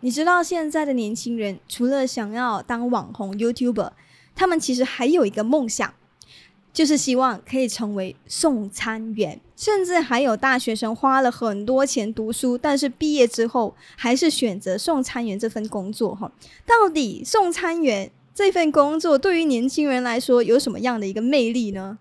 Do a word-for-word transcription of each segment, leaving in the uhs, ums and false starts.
你知道现在的年轻人除了想要当网红 YouTuber， 他们其实还有一个梦想，就是希望可以成为送餐员，甚至还有大学生花了很多钱读书，但是毕业之后还是选择送餐员这份工作。到底送餐员这份工作对于年轻人来说有什么样的一个魅力呢？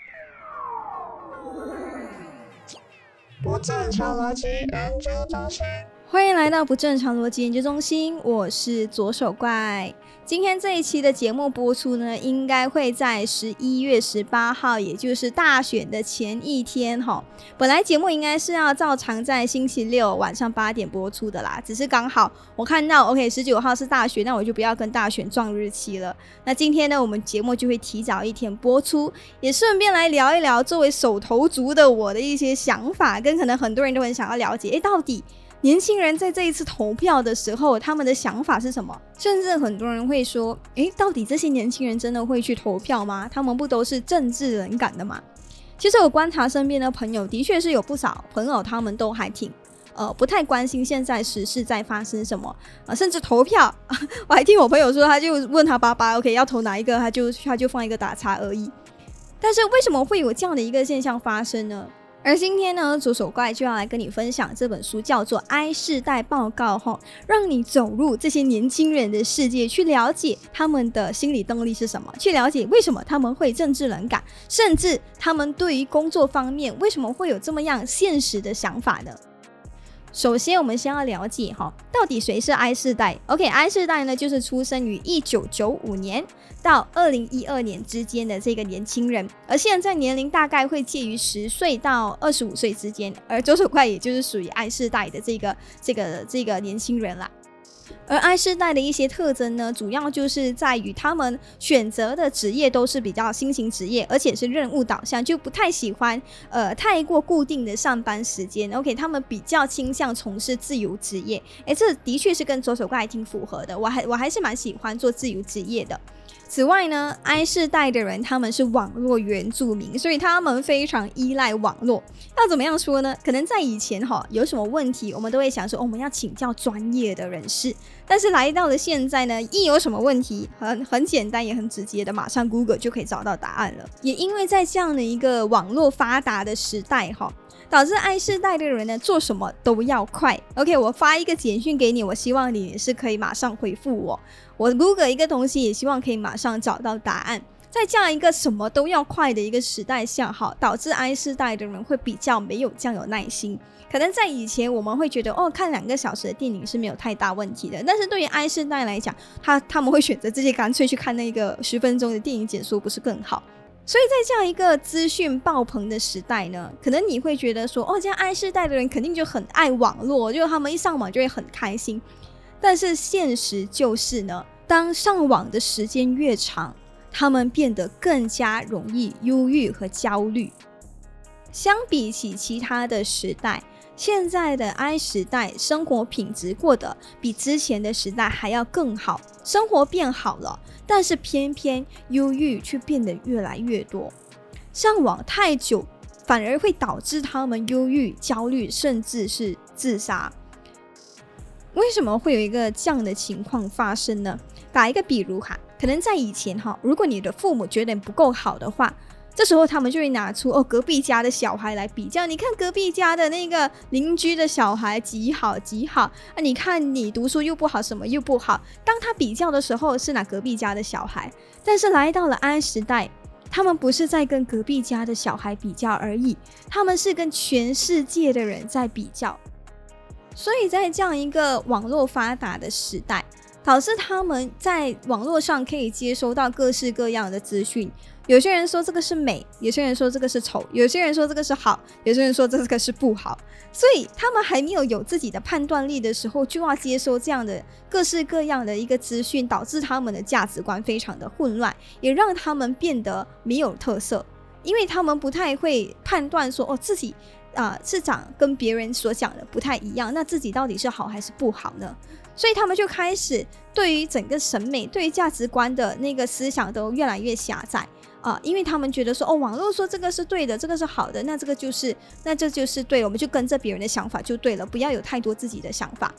不正常逻辑研究中心， 欢迎来到不正常逻辑研究中心，我是左手怪。今天这一期的节目播出呢，应该会在十一月十八号，也就是大选的前一天齁。本来节目应该是要照常在星期六晚上八点播出的啦，只是刚好我看到 OK 十九号是大选，那我就不要跟大选撞日期了。那今天呢，我们节目就会提早一天播出，也顺便来聊一聊作为手头族的我的一些想法，跟可能很多人都很想要了解，诶，到底年轻人在这一次投票的时候他们的想法是什么？甚至很多人会说，诶，到底这些年轻人真的会去投票吗？他们不都是政治冷感的吗？其实我观察身边的朋友，的确是有不少朋友他们都还挺呃不太关心现在时事在发生什么、呃、甚至投票我还听我朋友说，他就问他爸爸 OK 要投哪一个，他就他就放一个打叉而已。但是为什么会有这样的一个现象发生呢？而今天呢，左手怪就要来跟你分享这本书，叫做《I 世代报告》，让你走入这些年轻人的世界，去了解他们的心理动力是什么，去了解为什么他们会政治冷感，甚至他们对于工作方面为什么会有这么样现实的想法呢？首先我们先要了解到底谁是 I 世代。 OK， I 世代呢，就是出生于一九九五年到二零一二年之间的这个年轻人，而现在年龄大概会介于十岁到二十五岁之间，而左手怪也就是属于 I 世代的这个这个这个年轻人啦。而 I 世代的一些特征呢，主要就是在于他们选择的职业都是比较新型职业，而且是任务导向，就不太喜欢呃太过固定的上班时间。 OK， 他们比较倾向从事自由职业。诶，这的确是跟左手怪挺符合的，我还我还是蛮喜欢做自由职业的。此外呢， I 世代的人他们是网络原住民，所以他们非常依赖网络。要怎么样说呢？可能在以前齁，有什么问题我们都会想说、哦、我们要请教专业的人士，但是来到了现在呢，一有什么问题很很简单也很直接的，马上 Google 就可以找到答案了。也因为在这样的一个网络发达的时代齁，导致 I 世代的人呢，做什么都要快。 OK， 我发一个简讯给你，我希望你也是可以马上回复我，我 Google 一个东西也希望可以马上找到答案。在这样一个什么都要快的一个时代下，导致 I 世代的人会比较没有这样有耐心。可能在以前我们会觉得哦，看两个小时的电影是没有太大问题的，但是对于 I 世代来讲，他他们会选择直接干脆去看那个十分钟的电影解说，不是更好？所以在这样一个资讯爆棚的时代呢，可能你会觉得说哦，这样 I 世代的人肯定就很爱网络，就他们一上网就会很开心。但是现实就是呢，当上网的时间越长，他们变得更加容易忧郁和焦虑。相比起其他的时代，现在的 I 时代生活品质过得比之前的时代还要更好，生活变好了，但是偏偏忧郁却变得越来越多。上网太久反而会导致他们忧郁、焦虑，甚至是自杀。为什么会有一个这样的情况发生呢？打一个比如哈，可能在以前哈，如果你的父母觉得你不够好的话，这时候他们就会拿出哦隔壁家的小孩来比较，你看隔壁家的那个邻居的小孩极好极好啊，你看你读书又不好，什么又不好。当他比较的时候是拿隔壁家的小孩，但是来到了 I 时代，他们不是在跟隔壁家的小孩比较而已，他们是跟全世界的人在比较。所以在这样一个网络发达的时代，导致他们在网络上可以接收到各式各样的资讯。有些人说这个是美，有些人说这个是丑，有些人说这个是好，有些人说这个是不好。所以他们还没有有自己的判断力的时候，就要接收这样的各式各样的一个资讯，导致他们的价值观非常的混乱，也让他们变得没有特色。因为他们不太会判断说哦，自己呃，是长跟别人所讲的不太一样，那自己到底是好还是不好呢？所以他们就开始对于整个审美、对于价值观的那个思想都越来越狭窄啊、呃，因为他们觉得说哦，网络说这个是对的，这个是好的，那这个就是那这就是对，我们就跟着别人的想法就对了，不要有太多自己的想法。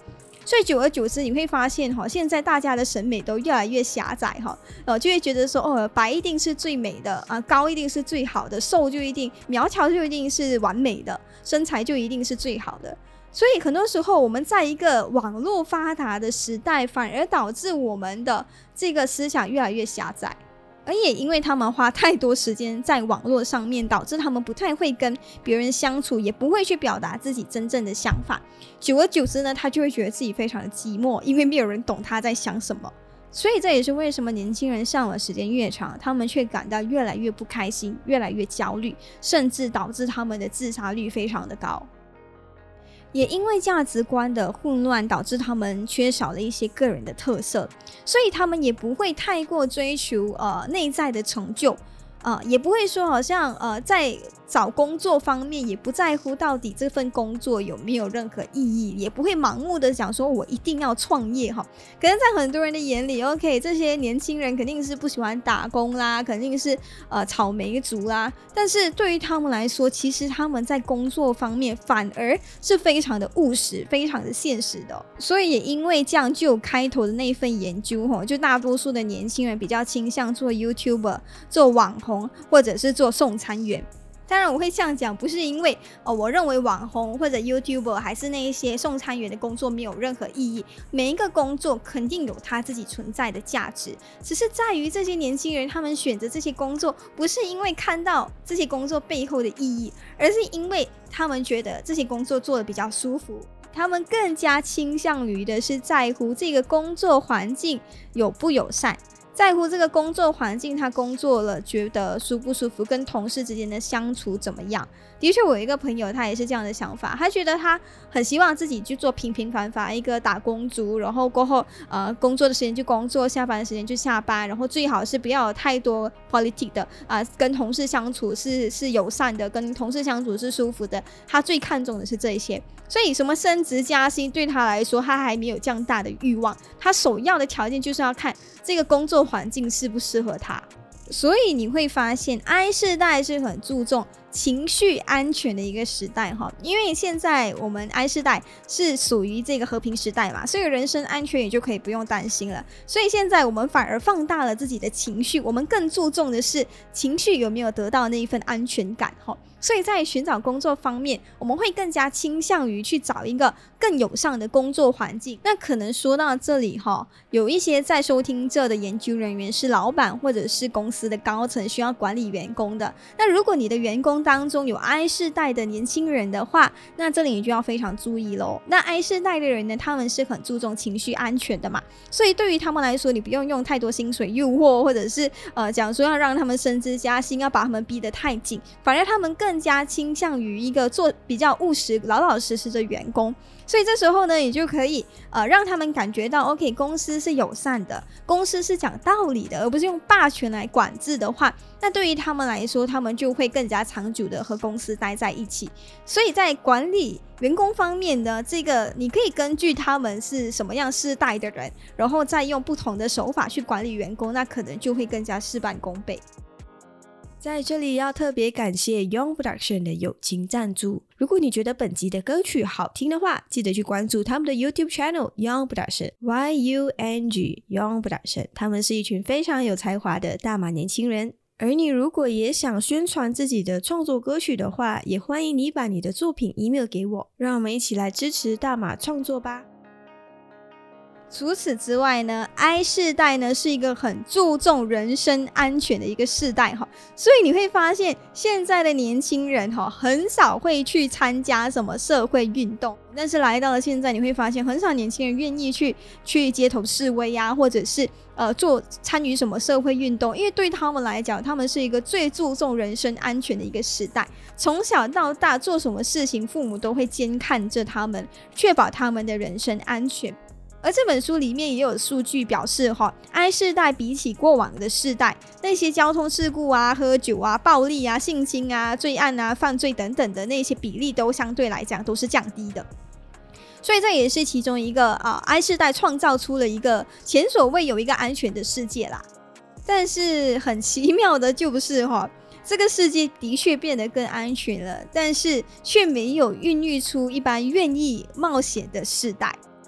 所以久而久之你会发现哈，现在大家的审美都越来越狭窄哈，呃，就会觉得说哦，白一定是最美的啊，高一定是最好的，瘦就一定苗条就一定是完美的，身材就一定是最好的。所以很多时候我们在一个网络发达的时代，反而导致我们的这个思想越来越狭窄，而也因为他们花太多时间在网络上面，导致他们不太会跟别人相处，也不会去表达自己真正的想法。久而久之呢，他就会觉得自己非常的寂寞，因为没有人懂他在想什么。所以这也是为什么年轻人上网时间越长，他们却感到越来越不开心，越来越焦虑，甚至导致他们的自杀率非常的高。也因为价值观的混乱，导致他们缺少了一些个人的特色，所以他们也不会太过追求呃内在的成就，呃，也不会说好像呃在找工作方面也不在乎到底这份工作有没有任何意义，也不会盲目的讲说我一定要创业哈。可能在很多人的眼里 OK 这些年轻人肯定是不喜欢打工啦，肯定是呃草莓族啦，但是对于他们来说，其实他们在工作方面反而是非常的务实，非常的现实的。所以也因为这样，就有开头的那份研究吼，就大多数的年轻人比较倾向做 YouTuber 做网红，或者是做送餐员。当然我会这样讲，不是因为、哦、我认为网红或者 YouTuber 还是那一些送餐员的工作没有任何意义，每一个工作肯定有它自己存在的价值，只是在于这些年轻人他们选择这些工作，不是因为看到这些工作背后的意义，而是因为他们觉得这些工作做得比较舒服，他们更加倾向于的是在乎这个工作环境有不友善，在乎这个工作环境他工作了觉得舒不舒服，跟同事之间的相处怎么样。的确我有一个朋友他也是这样的想法，他觉得他很希望自己去做平平凡凡一个打工族，然后过后呃工作的时间就工作，下班的时间就下班，然后最好是不要有太多 politics 的啊、呃，跟同事相处是是友善的，跟同事相处是舒服的，他最看重的是这一些。所以什么升职加薪对他来说他还没有这样大的欲望，他首要的条件就是要看这个工作环境适不适合他。所以你会发现 I 世代是很注重情绪安全的一个时代哈，因为现在我们 I 世代是属于这个和平时代嘛，所以人身安全也就可以不用担心了。所以现在我们反而放大了自己的情绪，我们更注重的是情绪有没有得到那一份安全感哈。所以在寻找工作方面，我们会更加倾向于去找一个更友善的工作环境。那可能说到这里哈，有一些在收听这的研究人员是老板或者是公司的高层需要管理员工的，那如果你的员工当中有 I 世代的年轻人的话，那这里你就要非常注意咯。那 I 世代的人呢，他们是很注重情绪安全的嘛，所以对于他们来说，你不用用太多薪水诱惑，或者是呃讲说要让他们升职加薪，要把他们逼得太紧，反而他们更加倾向于一个做比较务实老老实实的员工。所以这时候呢，你就可以呃让他们感觉到 OK 公司是友善的，公司是讲道理的，而不是用霸权来管制的话，那对于他们来说，他们就会更加长久的和公司待在一起。所以在管理员工方面呢，这个你可以根据他们是什么样世代的人，然后再用不同的手法去管理员工，那可能就会更加事半功倍。 在这里要特别感谢 Young Production 的友情赞助。如果你觉得本集的歌曲好听的话，记得去关注他们的 YouTube channel Young Production Y U N G Young Production， 他们是一群非常有才华的大马年轻人。而你如果也想宣传自己的创作歌曲的话，也欢迎你把你的作品 email 给我，让我们一起来支持大马创作吧。 除此之外呢 I 世代呢是一个很注重人身安全的一个世代哈，所以你会发现现在的年轻人哈很少会去参加什么社会运动，但是来到了现在，你会发现很少年轻人愿意去去街头示威啊，或者是呃做参与什么社会运动，因为对他们来讲，他们是一个最注重人身安全的一个时代，从小到大做什么事情，父母都会监看着他们，确保他们的人身安全。而这本书里面也有数据表示哈 I 世代比起过往的世代，那些交通事故啊、喝酒啊、暴力啊、性侵啊、罪案啊、犯罪等等的那些比例都相对来讲都是降低的。所以这也是其中一个啊 I 世代创造出了一个前所未有一个安全的世界啦。但是很奇妙的就是哈，这个世界的确变得更安全了，但是却没有孕育出一般愿意冒险的世代。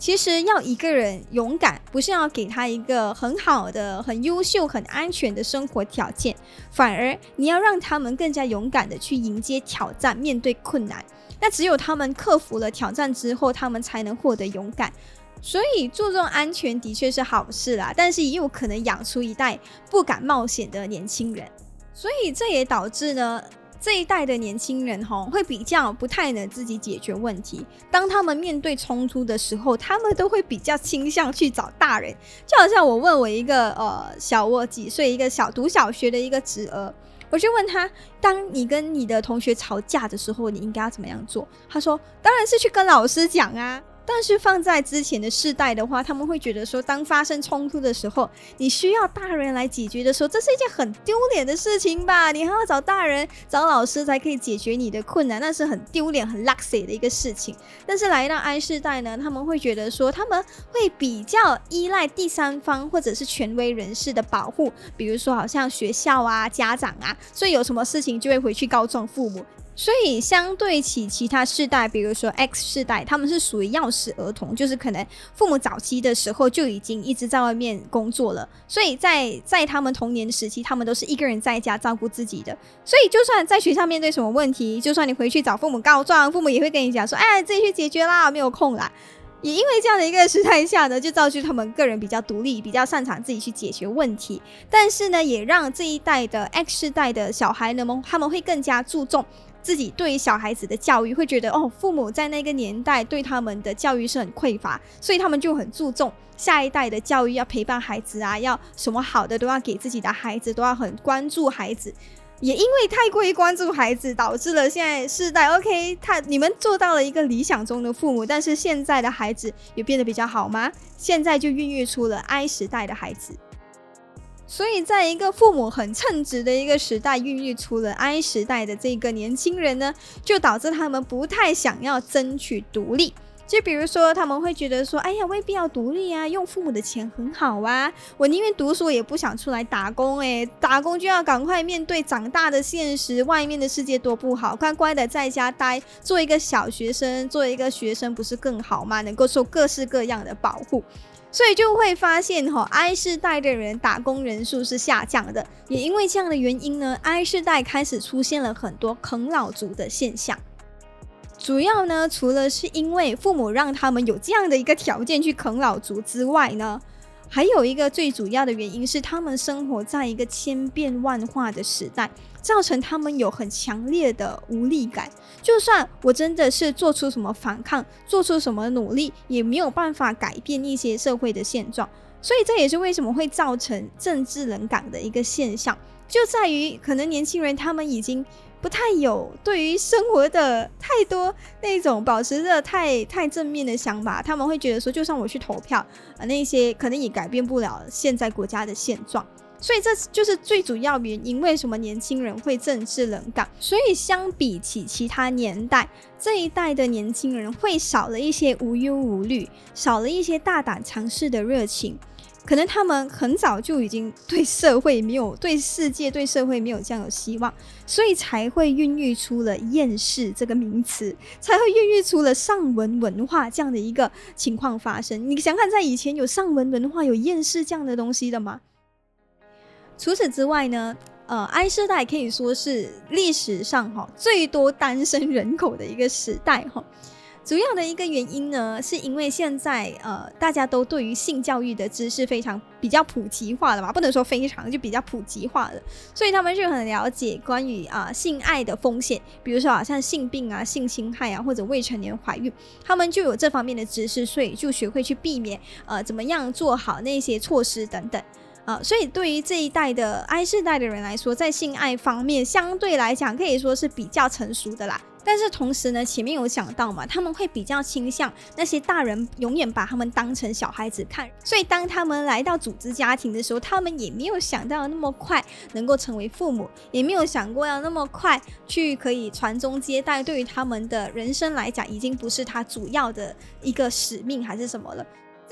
其实要一个人勇敢，不是要给他一个很好的、很优秀、很安全的生活条件，反而你要让他们更加勇敢的去迎接挑战，面对困难。那只有他们克服了挑战之后，他们才能获得勇敢。所以注重安全的确是好事啦，但是也有可能养出一代不敢冒险的年轻人。所以这也导致呢，这一代的年轻人吼会比较不太能自己解决问题，当他们面对冲突的时候，他们都会比较倾向去找大人。就好像我问我一个呃小我几岁一个小读小学的一个侄儿，我就问他，当你跟你的同学吵架的时候，你应该要怎么样做？他说当然是去跟老师讲啊。但是放在之前的世代的话，他们会觉得说，当发生冲突的时候，你需要大人来解决的时候，这是一件很丢脸的事情吧？你还要找大人找老师才可以解决你的困难，那是很丢脸很 luxury 的一个事情。但是来到 I 世代呢，他们会觉得说，他们会比较依赖第三方或者是权威人士的保护，比如说好像学校啊、家长啊，所以有什么事情就会回去告状父母。所以相对起其他世代，比如说 X 世代，他们是属于钥匙儿童，就是可能父母早期的时候就已经一直在外面工作了，所以在在他们童年的时期，他们都是一个人在家照顾自己的。所以就算在学校面对什么问题，就算你回去找父母告状，父母也会跟你讲说，哎，自己去解决啦，没有空啦。也因为这样的一个时代下呢，就造就他们个人比较独立，比较擅长自己去解决问题。但是呢，也让这一代的 X 世代的小孩呢，他们会更加注重自己对于小孩子的教育，会觉得哦，父母在那个年代对他们的教育是很匮乏，所以他们就很注重下一代的教育，要陪伴孩子啊，要什么好的都要给自己的孩子，都要很关注孩子。也因为太过于关注孩子，导致了现在世代 OK 他你们做到了一个理想中的父母，但是现在的孩子有变得比较好吗？现在就孕育出了 I 时代的孩子。所以在一个父母很称职的一个时代，孕育出了 I 时代的这个年轻人呢，就导致他们不太想要争取独立。就比如说他们会觉得说，哎呀，未必要独立啊，用父母的钱很好啊，我宁愿读书也不想出来打工，诶打工就要赶快面对长大的现实，外面的世界多不好，乖乖的在家待，做一个小学生，做一个学生不是更好吗？能够受各式各样的保护。所以就会发现、哦、I 世代的人打工人数是下降的，也因为这样的原因呢， I 世代开始出现了很多啃老族的现象。主要呢，除了是因为父母让他们有这样的一个条件去啃老族之外呢，还有一个最主要的原因是他们生活在一个千变万化的时代，造成他们有很强烈的无力感。就算我真的是做出什么反抗，做出什么努力，也没有办法改变一些社会的现状。所以这也是为什么会造成政治冷感的一个现象，就在于可能年轻人他们已经不太有对于生活的太多那种保持着太太正面的想法，他们会觉得说，就算我去投票、呃、那些可能也改变不了现在国家的现状。所以这就是最主要原因，为什么年轻人会政治冷感。所以相比起其他年代，这一代的年轻人会少了一些无忧无虑，少了一些大胆尝试的热情。可能他们很早就已经对社会没有对世界对社会没有这样有希望，所以才会孕育出了厌世这个名词，才会孕育出了上文文化这样的一个情况发生。你想看在以前有上文文化有厌世这样的东西的吗？除此之外呢，呃 I 世代可以说是历史上、哦、最多单身人口的一个时代、哦主要的一个原因呢，是因为现在呃大家都对于性教育的知识非常比较普及化了嘛，不能说非常，就比较普及化了，所以他们就很了解关于啊、呃、性爱的风险，比如说好像性病啊、性侵害啊或者未成年怀孕，他们就有这方面的知识，所以就学会去避免呃怎么样做好那些措施等等。呃，所以对于这一代的 I 世代的人来说，在性爱方面相对来讲可以说是比较成熟的啦。但是同时呢，前面有讲到嘛，他们会比较倾向那些大人永远把他们当成小孩子看，所以当他们来到组织家庭的时候，他们也没有想到那么快能够成为父母，也没有想过要那么快去可以传宗接代，对于他们的人生来讲已经不是他主要的一个使命还是什么了。这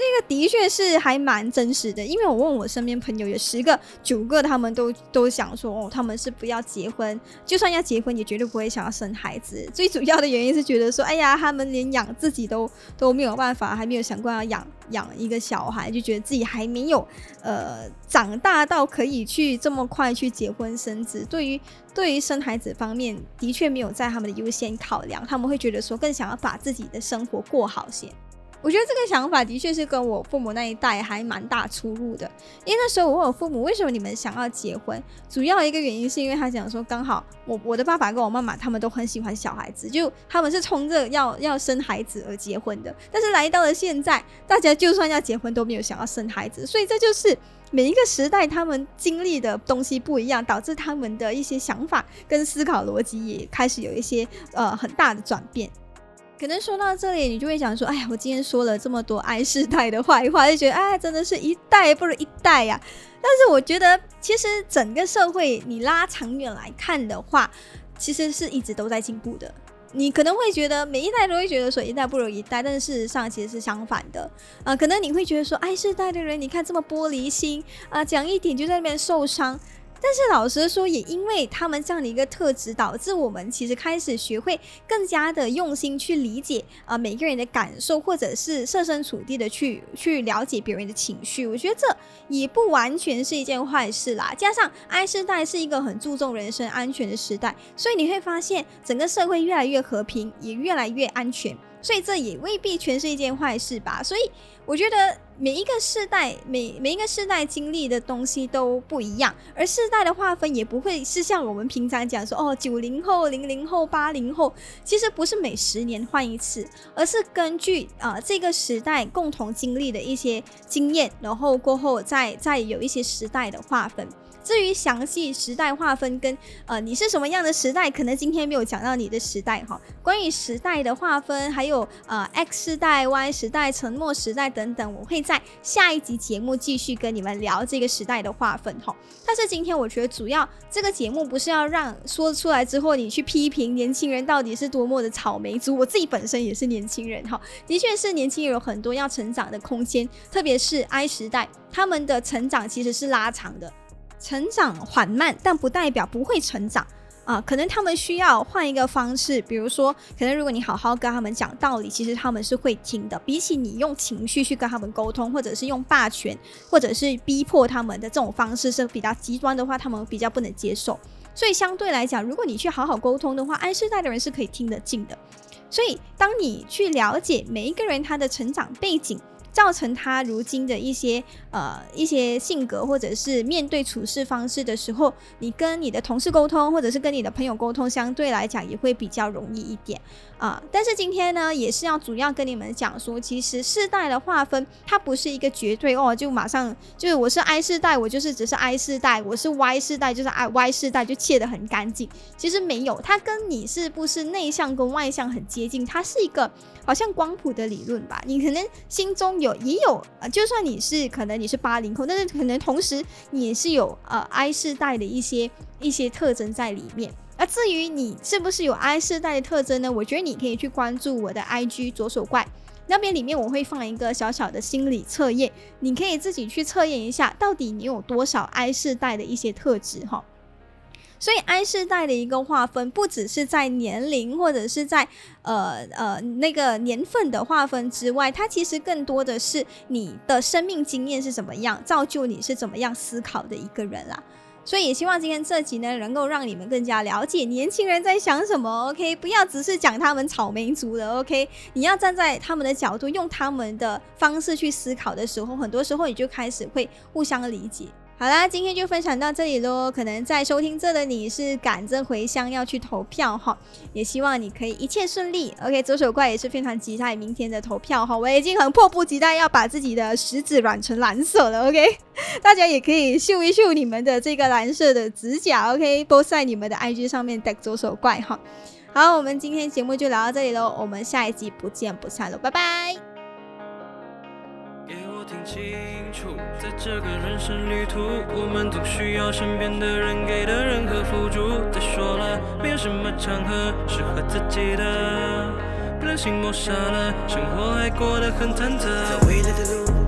这个的确是还蛮真实的，因为我问我身边朋友有十个九个他们都都想说哦，他们是不要结婚，就算要结婚也绝对不会想要生孩子。最主要的原因是觉得说哎呀他们连养自己都都没有办法，还没有想过要养养一个小孩，就觉得自己还没有呃长大到可以去这么快去结婚生子，对于对于生孩子方面的确没有在他们的优先考量，他们会觉得说更想要把自己的生活过好些。我觉得这个想法的确是跟我父母那一代还蛮大出入的，因为那时候我问我父母为什么你们想要结婚，主要一个原因是因为他讲说刚好我我的爸爸跟我妈妈他们都很喜欢小孩子，就他们是冲着要要生孩子而结婚的，但是来到了现在大家就算要结婚都没有想要生孩子，所以这就是每一个时代他们经历的东西不一样，导致他们的一些想法跟思考逻辑也开始有一些呃很大的转变。可能说到这里你就会讲说哎呀我今天说了这么多 I 世代的坏话，就觉得哎真的是一代不如一代呀、啊。但是我觉得其实整个社会你拉长远来看的话，其实是一直都在进步的。你可能会觉得每一代都会觉得说一代不如一代，但是事实上其实是相反的、呃、可能你会觉得说哎世代的人你看这么玻璃心啊、呃，讲一点就在那边受伤。但是老实说也因为他们这样的一个特质，导致我们其实开始学会更加的用心去理解、呃、每个人的感受，或者是设身处地的去去了解别人的情绪。我觉得这也不完全是一件坏事啦，加上 I 世代是一个很注重人身安全的时代，所以你会发现整个社会越来越和平，也越来越安全，所以这也未必全是一件坏事吧。所以我觉得每一个世代 每, 每一个世代经历的东西都不一样，而世代的划分也不会是像我们平常讲说哦九零后零零后八零后，其实不是每十年换一次，而是根据、呃、这个时代共同经历的一些经验，然后过后再再有一些时代的划分。至于详细时代划分跟呃你是什么样的时代，可能今天没有讲到你的时代哈。关于时代的划分，还有呃 X 世代、Y 时代、沉默时代等等，我会在下一集节目继续跟你们聊这个时代的划分哈。但是今天我觉得主要这个节目不是要让说出来之后你去批评年轻人到底是多么的草莓族，我自己本身也是年轻人哈，的确是年轻人有很多要成长的空间，特别是 I 时代，他们的成长其实是拉长的。成长缓慢，但不代表不会成长啊、呃，可能他们需要换一个方式，比如说可能如果你好好跟他们讲道理，其实他们是会听的，比起你用情绪去跟他们沟通，或者是用霸权或者是逼迫他们的这种方式是比较极端的话，他们比较不能接受。所以相对来讲，如果你去好好沟通的话， I 世代的人是可以听得进的。所以当你去了解每一个人他的成长背景，造成他如今的一些呃一些性格或者是面对处事方式的时候，你跟你的同事沟通或者是跟你的朋友沟通，相对来讲也会比较容易一点啊、呃。但是今天呢，也是要主要跟你们讲说，其实世代的划分它不是一个绝对哦，就马上就是我是 I 世代，我就是只是 I 世代，我是 Y 世代就是 Y 世代，就切得很干净。其实没有，它跟你是不是内向跟外向很接近，它是一个好像光谱的理论吧。你可能心中有也有、呃、就算你是可能你是八零后，但是可能同时你也是有呃 I 世代的一些一些特征在里面。而至于你是不是有 I 世代的特征呢，我觉得你可以去关注我的 I G 左手怪，那边里面我会放一个小小的心理测验，你可以自己去测验一下到底你有多少 I 世代的一些特质齁。所以 I 世代的一个划分不只是在年龄或者是在呃呃那个年份的划分之外，它其实更多的是你的生命经验是怎么样造就你是怎么样思考的一个人啦。所以也希望今天这集呢能够让你们更加了解年轻人在想什么 OK， 不要只是讲他们草莓族了 OK， 你要站在他们的角度，用他们的方式去思考的时候，很多时候你就开始会互相理解。好啦，今天就分享到这里咯。可能在收听这的你是赶着回乡要去投票哈，也希望你可以一切顺利。OK， 左手怪也是非常期待明天的投票哈，我已经很迫不及待要把自己的食指染成蓝色了。OK， 大家也可以秀一秀你们的这个蓝色的指甲 OK， post在你们的 I G 上面 tag 左手怪哈。好，我们今天节目就聊到这里咯，我们下一集不见不散咯，拜拜。 给我听清楚，在这个人生旅途，我们总需要身边的人给的任何辅助。再说了，没有什么场合适合自己的，不忍心抹杀了，生活还过得很忐忑。在未来的路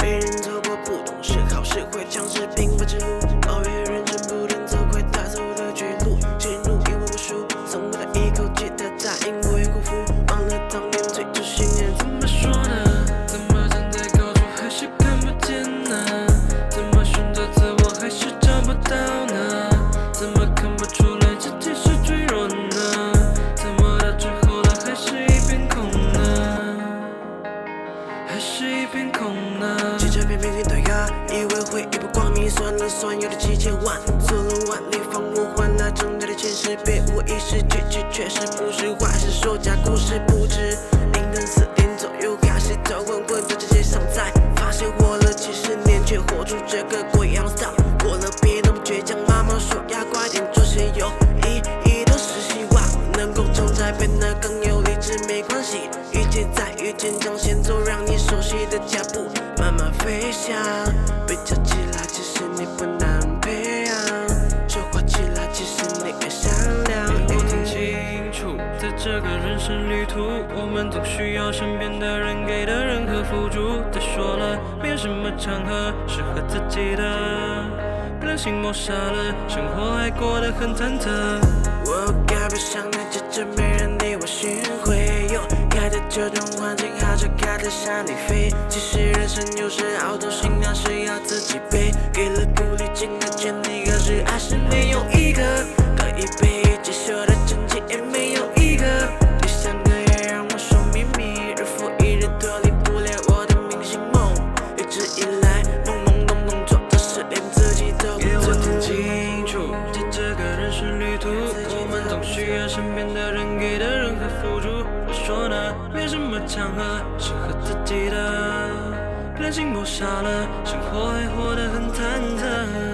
命运对啊，以为会一步光明，算了算有的几千万，做了万里放我换那挣来的钱是被无意识拒绝，确实不是坏事，说假故事不止。凌晨四点左右开始头昏昏在这街上，才发现活了几十年，却活出这个鬼样 style。过了别那么倔强，妈妈说要快点做些有意义的事，希望能够正在变得更有理智，没关系，遇见再遇见，将先走，让你熟悉的脚步慢慢飞翔。比较起来，其实你不难培养，说话起来，其实你越善良。我听清楚，在这个人生旅途，我们总需要身边的人给的任何辅助。再说了，没有什么场合适合自己的，人心磨杀了，生活还过得很忐忑。我该不想来接着没人理我巡回，又开的这种环境，好着开在山里飞。其实人生有时好多行囊是要自己背，给了鼓励，尽了全力，可是还是没有一个可以被接受的成绩，也没有一个理想可以让我说秘密，日复一日脱离不了我的明星梦，一直以来懵懵懂懂做的事，连自己都不做。我听清楚，在这个人生旅途，我们总需要身边的人给的任何辅助。我说呢，没什么场合适合自己的，人心磨杀了，生活还活得很忐忑。